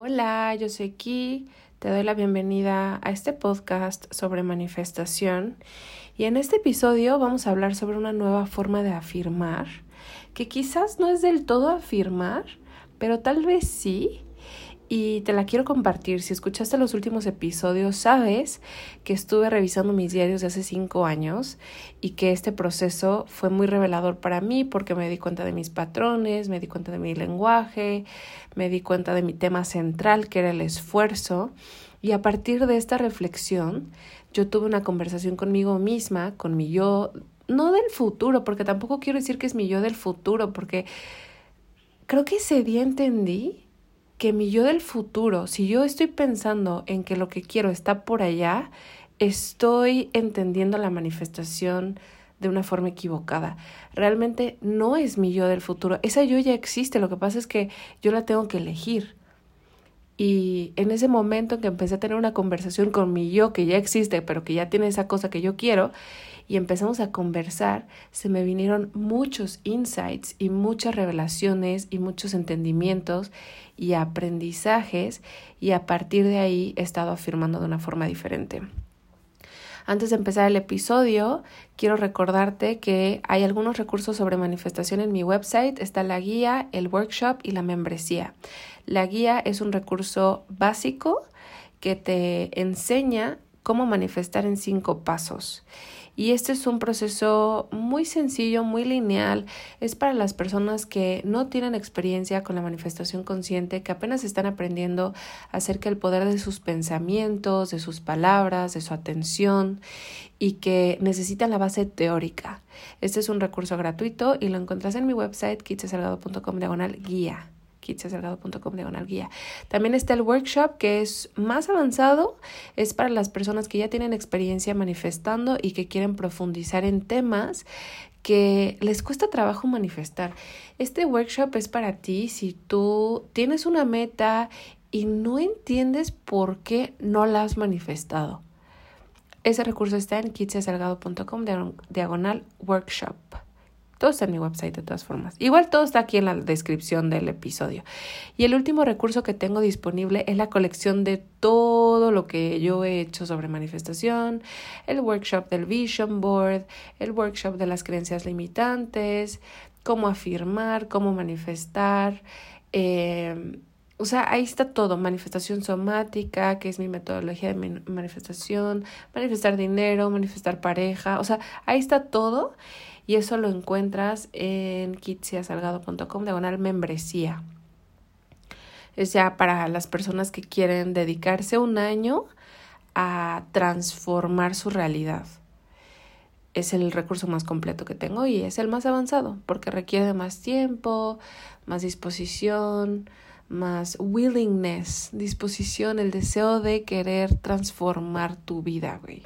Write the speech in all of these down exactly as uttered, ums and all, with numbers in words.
Hola, yo soy Ki, te doy la bienvenida a este podcast sobre manifestación y en este episodio vamos a hablar sobre una nueva forma de afirmar que quizás no es del todo afirmar, pero tal vez sí. Y te la quiero compartir. Si escuchaste los últimos episodios, sabes que estuve revisando mis diarios de hace cinco años y que este proceso fue muy revelador para mí porque me di cuenta de mis patrones, me di cuenta de mi lenguaje, me di cuenta de mi tema central, que era el esfuerzo. Y a partir de esta reflexión, yo tuve una conversación conmigo misma, con mi yo, no del futuro, porque tampoco quiero decir que es mi yo del futuro, porque creo que ese día entendí que mi yo del futuro, si yo estoy pensando en que lo que quiero está por allá, estoy entendiendo la manifestación de una forma equivocada. Realmente no es mi yo del futuro. Esa yo ya existe, lo que pasa es que yo la tengo que elegir. Y en ese momento en que empecé a tener una conversación con mi yo que ya existe, pero que ya tiene esa cosa que yo quiero, y empezamos a conversar, se me vinieron muchos insights y muchas revelaciones y muchos entendimientos y aprendizajes, y a partir de ahí he estado afirmando de una forma diferente. Antes de empezar el episodio, quiero recordarte que hay algunos recursos sobre manifestación en mi website. Está la guía, el workshop y la membresía. La guía es un recurso básico que te enseña cómo manifestar en cinco pasos. Y este es un proceso muy sencillo, muy lineal. Es para las personas que no tienen experiencia con la manifestación consciente, que apenas están aprendiendo acerca del poder de sus pensamientos, de sus palabras, de su atención y que necesitan la base teórica. Este es un recurso gratuito y lo encuentras en mi website kitsasalgado punto com diagonal guía. kitsasalgado punto com diagonal guía. También está el workshop, que es más avanzado, es para las personas que ya tienen experiencia manifestando y que quieren profundizar en temas que les cuesta trabajo manifestar. Este workshop es para ti si tú tienes una meta y no entiendes por qué no la has manifestado. Ese recurso está en kitsasalgado punto com diagonal workshop. Todo está en mi website de todas formas. Igual todo está aquí en la descripción del episodio. Y el último recurso que tengo disponible es la colección de todo lo que yo he hecho sobre manifestación, el workshop del Vision Board, el workshop de las creencias limitantes, cómo afirmar, cómo manifestar. Eh, o sea, ahí está todo. Manifestación somática, que es mi metodología de manifestación, manifestar dinero, manifestar pareja. O sea, ahí está todo. Y eso lo encuentras en kitsasalgado punto com diagonal membresía. Es ya para las personas que quieren dedicarse un año a transformar su realidad. Es el recurso más completo que tengo y es el más avanzado porque requiere de más tiempo, más disposición, más willingness, disposición, el deseo de querer transformar tu vida, güey.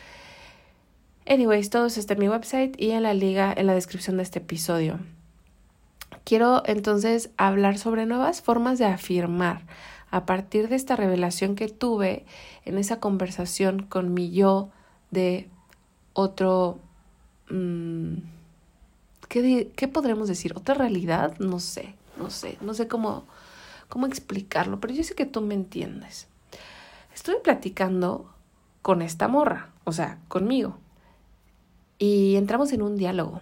Anyways, todo eso está en mi website y en la liga en la descripción de este episodio. Quiero entonces hablar sobre nuevas formas de afirmar a partir de esta revelación que tuve en esa conversación con mi yo de otro... Mmm, ¿qué, ¿Qué podremos decir? ¿Otra realidad? No sé, no sé, no sé cómo, cómo explicarlo, pero yo sé que tú me entiendes. Estuve platicando con esta morra, o sea, conmigo. Y entramos en un diálogo,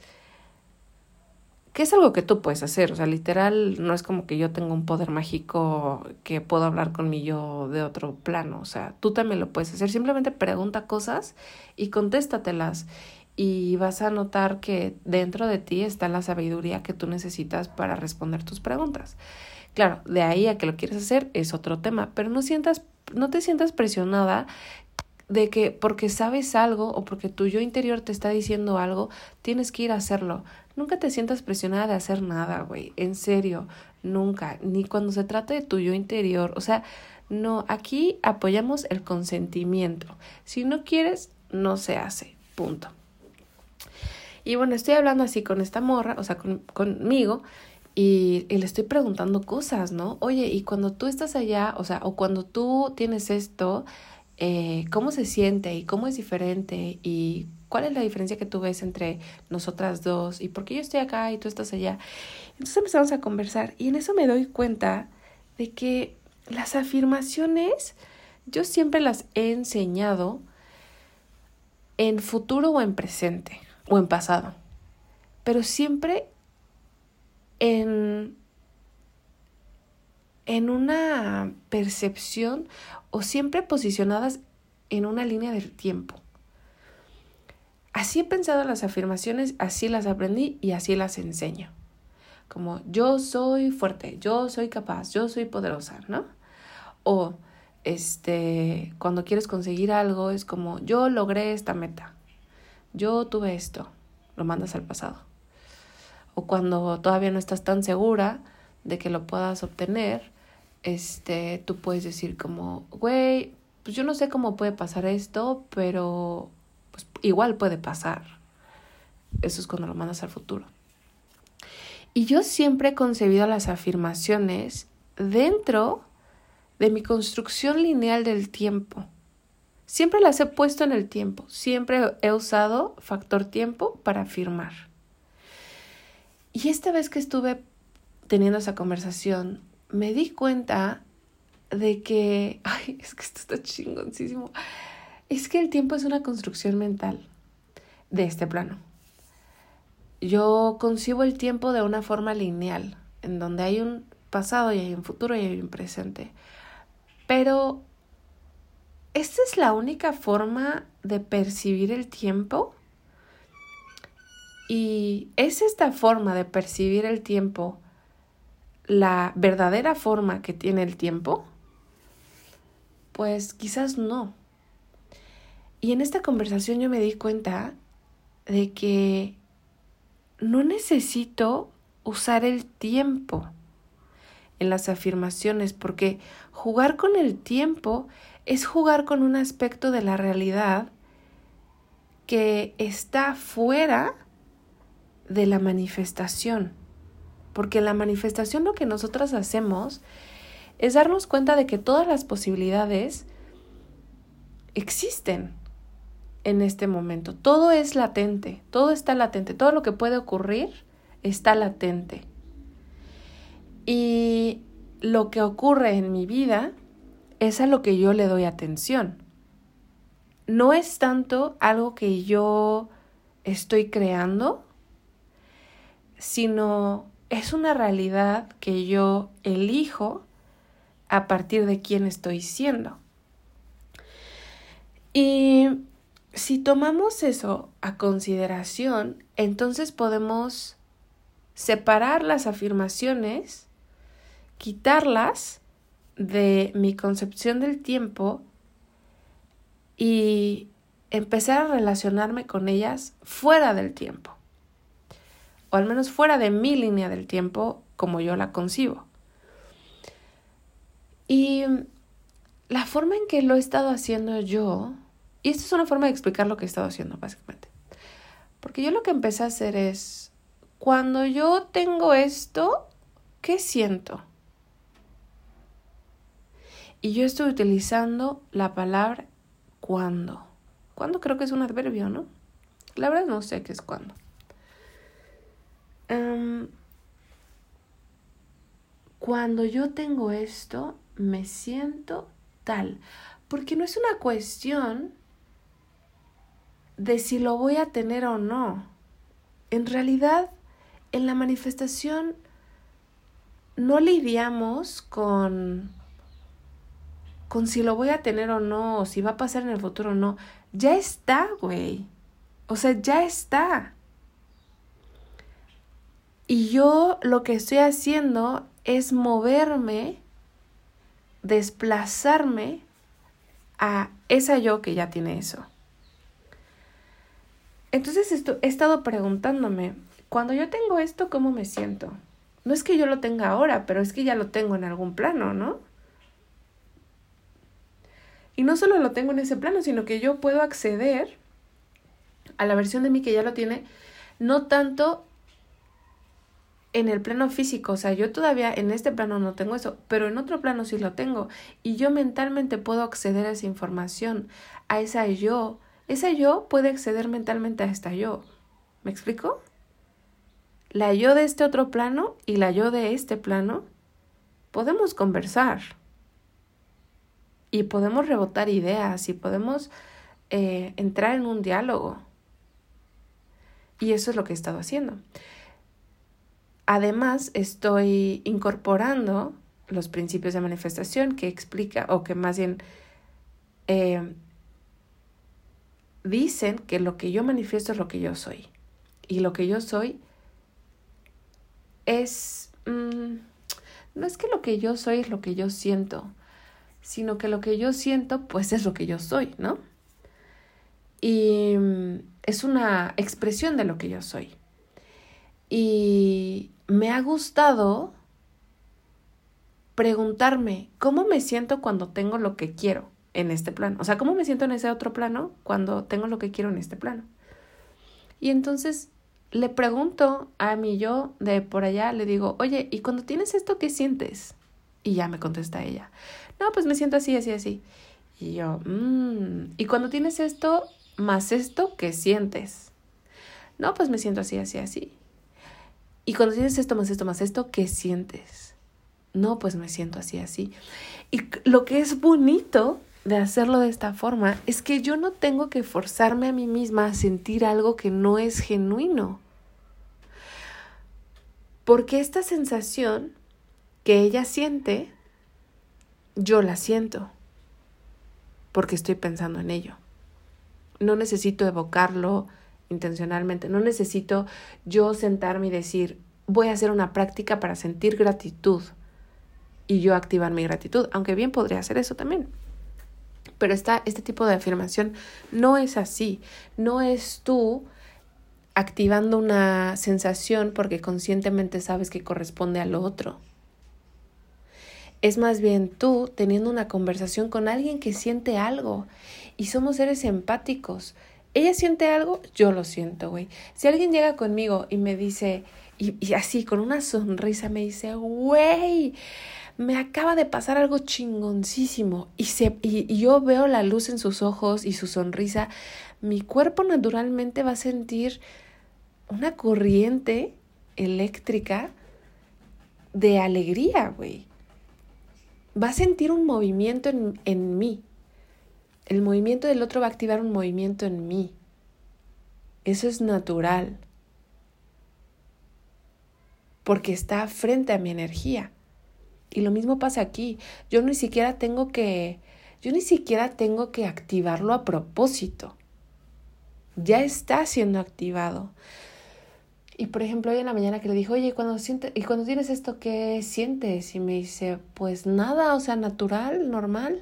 que es algo que tú puedes hacer. O sea, literal, no es como que yo tenga un poder mágico que puedo hablar con mi yo de otro plano. O sea, tú también lo puedes hacer. Simplemente pregunta cosas y contéstatelas. Y vas a notar que dentro de ti está la sabiduría que tú necesitas para responder tus preguntas. Claro, de ahí a que lo quieres hacer es otro tema, pero no sientas, no te sientas presionada de que porque sabes algo o porque tu yo interior te está diciendo algo, tienes que ir a hacerlo. Nunca te sientas presionada de hacer nada, güey. En serio, nunca. Ni cuando se trata de tu yo interior. O sea, no, aquí apoyamos el consentimiento. Si no quieres, no se hace. Punto. Y bueno, estoy hablando así con esta morra, o sea, con, conmigo, y, y le estoy preguntando cosas, ¿no? Oye, y cuando tú estás allá, o sea, o cuando tú tienes esto, Eh, cómo se siente y cómo es diferente y cuál es la diferencia que tú ves entre nosotras dos y por qué yo estoy acá y tú estás allá. Entonces empezamos a conversar y en eso me doy cuenta de que las afirmaciones yo siempre las he enseñado en futuro o en presente o en pasado, pero siempre en, en una percepción o siempre posicionadas en una línea del tiempo. Así he pensado las afirmaciones, así las aprendí y así las enseño. Como yo soy fuerte, yo soy capaz, yo soy poderosa, ¿no? O este, cuando quieres conseguir algo es como yo logré esta meta, yo tuve esto, lo mandas al pasado. O cuando todavía no estás tan segura de que lo puedas obtener, este, tú puedes decir como, güey, pues yo no sé cómo puede pasar esto, pero pues igual puede pasar. Eso es cuando lo mandas al futuro. Y yo siempre he concebido las afirmaciones dentro de mi construcción lineal del tiempo. Siempre las he puesto en el tiempo. Siempre he usado factor tiempo para afirmar. Y esta vez que estuve teniendo esa conversación, me di cuenta de que, ay, es que esto está chingoncísimo. Es que el tiempo es una construcción mental de este plano. Yo concibo el tiempo de una forma lineal, en donde hay un pasado y hay un futuro y hay un presente. Pero, ¿esta es la única forma de percibir el tiempo? ¿Y es esta forma de percibir el tiempo la verdadera forma que tiene el tiempo? Pues quizás no. Y en esta conversación yo me di cuenta de que no necesito usar el tiempo en las afirmaciones, porque jugar con el tiempo es jugar con un aspecto de la realidad que está fuera de la manifestación. Porque en la manifestación lo que nosotras hacemos es darnos cuenta de que todas las posibilidades existen en este momento. Todo es latente, todo está latente, todo lo que puede ocurrir está latente. Y lo que ocurre en mi vida es a lo que yo le doy atención. No es tanto algo que yo estoy creando, sino es una realidad que yo elijo a partir de quién estoy siendo. Y si tomamos eso a consideración, entonces podemos separar las afirmaciones, quitarlas de mi concepción del tiempo y empezar a relacionarme con ellas fuera del tiempo, o al menos fuera de mi línea del tiempo como yo la concibo. Y la forma en que lo he estado haciendo yo, y esta es una forma de explicar lo que he estado haciendo básicamente, porque yo lo que empecé a hacer es, cuando yo tengo esto, ¿qué siento? Y yo estoy utilizando la palabra cuando. Cuando creo que es un adverbio, ¿no? La verdad no sé qué es cuando. Um, cuando yo tengo esto, me siento tal. Porque no es una cuestión de si lo voy a tener o no. En realidad, en la manifestación no lidiamos con, con si lo voy a tener o no, o si va a pasar en el futuro o no. Ya está, güey. O sea, ya está. Y yo lo que estoy haciendo es moverme, desplazarme a esa yo que ya tiene eso. Entonces esto, he estado preguntándome, cuando yo tengo esto, ¿cómo me siento? No es que yo lo tenga ahora, pero es que ya lo tengo en algún plano, ¿no? Y no solo lo tengo en ese plano, sino que yo puedo acceder a la versión de mí que ya lo tiene, no tanto en el plano físico, o sea, yo todavía en este plano no tengo eso, pero en otro plano sí lo tengo. Y yo mentalmente puedo acceder a esa información, a esa yo. Esa yo puede acceder mentalmente a esta yo. ¿Me explico? La yo de este otro plano y la yo de este plano podemos conversar. y podemos rebotar ideas y podemos eh, entrar en un diálogo. Y eso es lo que he estado haciendo. Además, estoy incorporando los principios de manifestación que explica, o que más bien eh, dicen que lo que yo manifiesto es lo que yo soy. Y lo que yo soy es... Mmm, no es que lo que yo soy es lo que yo siento, sino que lo que yo siento, pues es lo que yo soy, ¿no? Y mmm, es una expresión de lo que yo soy. Y me ha gustado preguntarme cómo me siento cuando tengo lo que quiero en este plano. O sea, cómo me siento en ese otro plano cuando tengo lo que quiero en este plano. Y entonces le pregunto a mi yo de por allá, le digo, oye, ¿y cuando tienes esto qué sientes? Y ya me contesta ella, no, pues me siento así, así, así. Y yo, mmm, ¿y cuando tienes esto más esto, qué sientes? No, pues me siento así, así, así. ¿Y cuando tienes esto más esto más esto, qué sientes? No, pues me siento así, así. Y lo que es bonito de hacerlo de esta forma es que yo no tengo que forzarme a mí misma a sentir algo que no es genuino. Porque esta sensación que ella siente, yo la siento. Porque estoy pensando en ello. No necesito evocarlo intencionalmente. No necesito yo sentarme y decir, voy a hacer una práctica para sentir gratitud. Y yo activar mi gratitud. Aunque bien podría hacer eso también. Pero esta, este tipo de afirmación no es así. No es tú activando una sensación porque conscientemente sabes que corresponde a lo otro. Es más bien tú teniendo una conversación con alguien que siente algo. Y somos seres empáticos. Ella siente algo, yo lo siento, güey. Si alguien llega conmigo y me dice, y, y así con una sonrisa me dice, güey, me acaba de pasar algo chingoncísimo. Y, se, y, y yo veo la luz en sus ojos y su sonrisa. Mi cuerpo naturalmente va a sentir una corriente eléctrica de alegría, güey. Va a sentir un movimiento en, en mí. El movimiento del otro va a activar un movimiento en mí. Eso es natural. Porque está frente a mi energía. Y lo mismo pasa aquí. Yo ni siquiera tengo que, yo ni siquiera tengo que activarlo a propósito. Ya está siendo activado. Y por ejemplo, hoy en la mañana que le dije, oye, cuando sientes, y cuando tienes esto, ¿qué sientes? Y me dice, pues nada, o sea, natural, normal.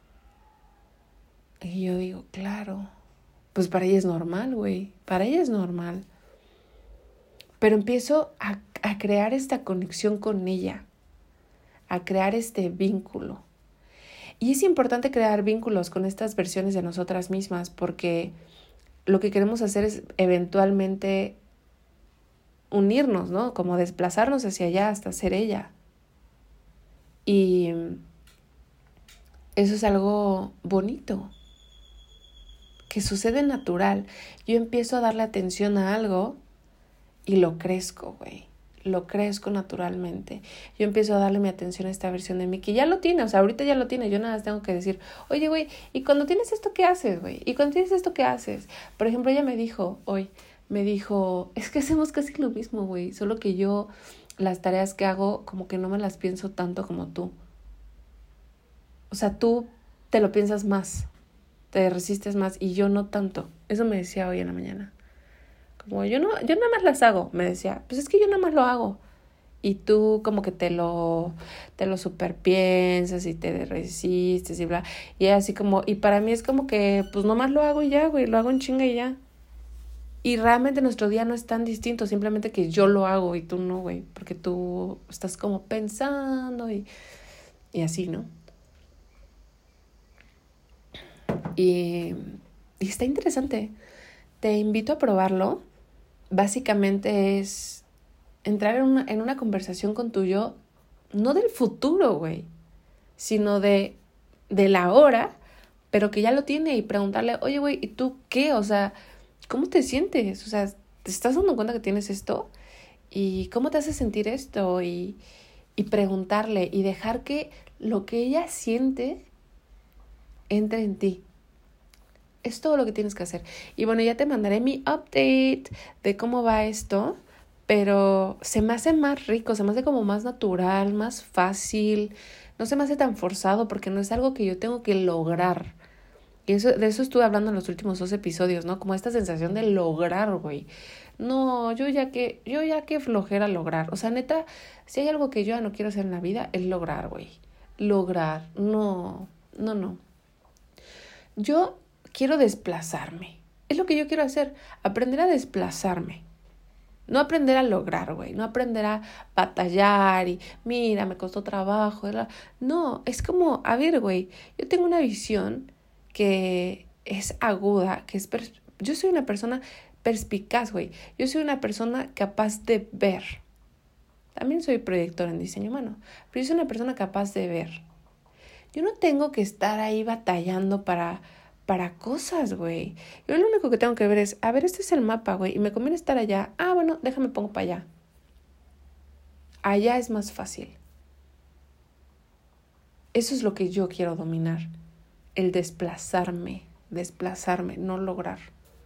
Y yo digo, claro, pues para ella es normal, güey, para ella es normal. Pero empiezo a, a crear esta conexión con ella, a crear este vínculo. Y es importante crear vínculos con estas versiones de nosotras mismas porque lo que queremos hacer es eventualmente unirnos, ¿no? Como desplazarnos hacia allá hasta ser ella. Y eso es algo bonito, que sucede natural. Yo empiezo a darle atención a algo y lo crezco, güey. Lo crezco naturalmente. Yo empiezo a darle mi atención a esta versión de mí que ya lo tiene, o sea, ahorita ya lo tiene. Yo nada más tengo que decir, oye, güey, ¿y cuando tienes esto qué haces, güey? ¿Y cuando tienes esto qué haces? Por ejemplo, ella me dijo hoy, me dijo, es que hacemos casi lo mismo, güey, solo que yo las tareas que hago como que no me las pienso tanto como tú. O sea, tú te lo piensas más, te resistes más y yo no tanto. Eso me decía hoy en la mañana. Como yo no, yo nada más las hago, me decía, pues es que yo nada más lo hago. Y tú como que te lo, te lo superpiensas y te resistes y bla. Y así como, y para mí es como que, pues nomás lo hago y ya, güey, lo hago en chinga y ya. Y realmente nuestro día no es tan distinto, simplemente que yo lo hago y tú no, güey. Porque tú estás como pensando y, y así, ¿no? Y, y está interesante. Te invito a probarlo. Básicamente es entrar en una, en una conversación con tu yo, no del futuro, güey, sino de, de la hora, pero que ya lo tiene y preguntarle, oye, güey, ¿y tú qué? O sea, ¿cómo te sientes? O sea, ¿te estás dando cuenta que tienes esto? ¿Y cómo te hace sentir esto? Y, y preguntarle y dejar que lo que ella siente entra en ti. Es todo lo que tienes que hacer. Y bueno, ya te mandaré mi update de cómo va esto, pero se me hace más rico, se me hace como más natural, más fácil, no se me hace tan forzado porque no es algo que yo tengo que lograr. Y eso, de eso estuve hablando en los últimos dos episodios, ¿no? Como esta sensación de lograr, güey. No, yo ya que, yo ya que flojera lograr. O sea, neta, si hay algo que yo ya no quiero hacer en la vida, es lograr, güey. Lograr. No, no, no. Yo quiero desplazarme. Es lo que yo quiero hacer. Aprender a desplazarme. No aprender a lograr, güey. No aprender a batallar y mira, me costó trabajo. ¿Verdad? No, es como, a ver, güey, yo tengo una visión que es aguda, que es... Pers- yo soy una persona perspicaz, güey. Yo soy una persona capaz de ver. También soy proyector en diseño humano, pero yo soy una persona capaz de ver. Yo no tengo que estar ahí batallando para, para cosas, güey. Yo lo único que tengo que ver es, a ver, este es el mapa, güey, y me conviene estar allá. Ah, bueno, déjame pongo para allá. Allá es más fácil. Eso es lo que yo quiero dominar. El desplazarme, desplazarme, no lograr.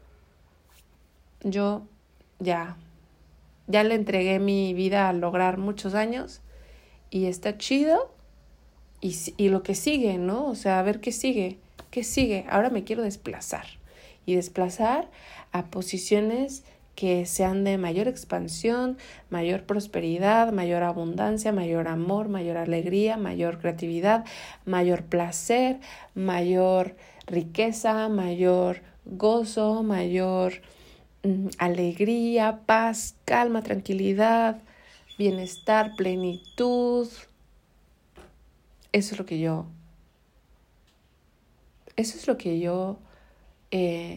Yo ya, ya le entregué mi vida a lograr muchos años y está chido. Y, y lo que sigue, ¿no? O sea, a ver qué sigue, qué sigue. Ahora me quiero desplazar y desplazar a posiciones que sean de mayor expansión, mayor prosperidad, mayor abundancia, mayor amor, mayor alegría, mayor creatividad, mayor placer, mayor riqueza, mayor gozo, mayor mm, alegría, paz, calma, tranquilidad, bienestar, plenitud. Eso es lo que yo, eso es lo que yo eh,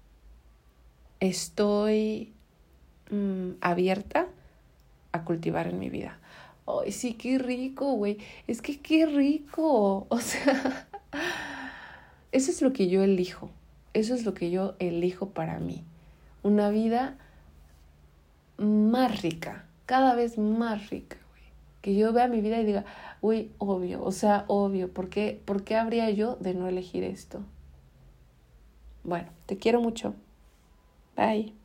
estoy mm, abierta a cultivar en mi vida. Ay, sí, qué rico, güey. Es que qué rico. O sea, eso es lo que yo elijo. Eso es lo que yo elijo para mí. Una vida más rica, cada vez más rica, güey. Que yo vea mi vida y diga, uy, obvio, o sea, obvio, ¿por qué, ¿por qué habría yo de no elegir esto? Bueno, te quiero mucho. Bye.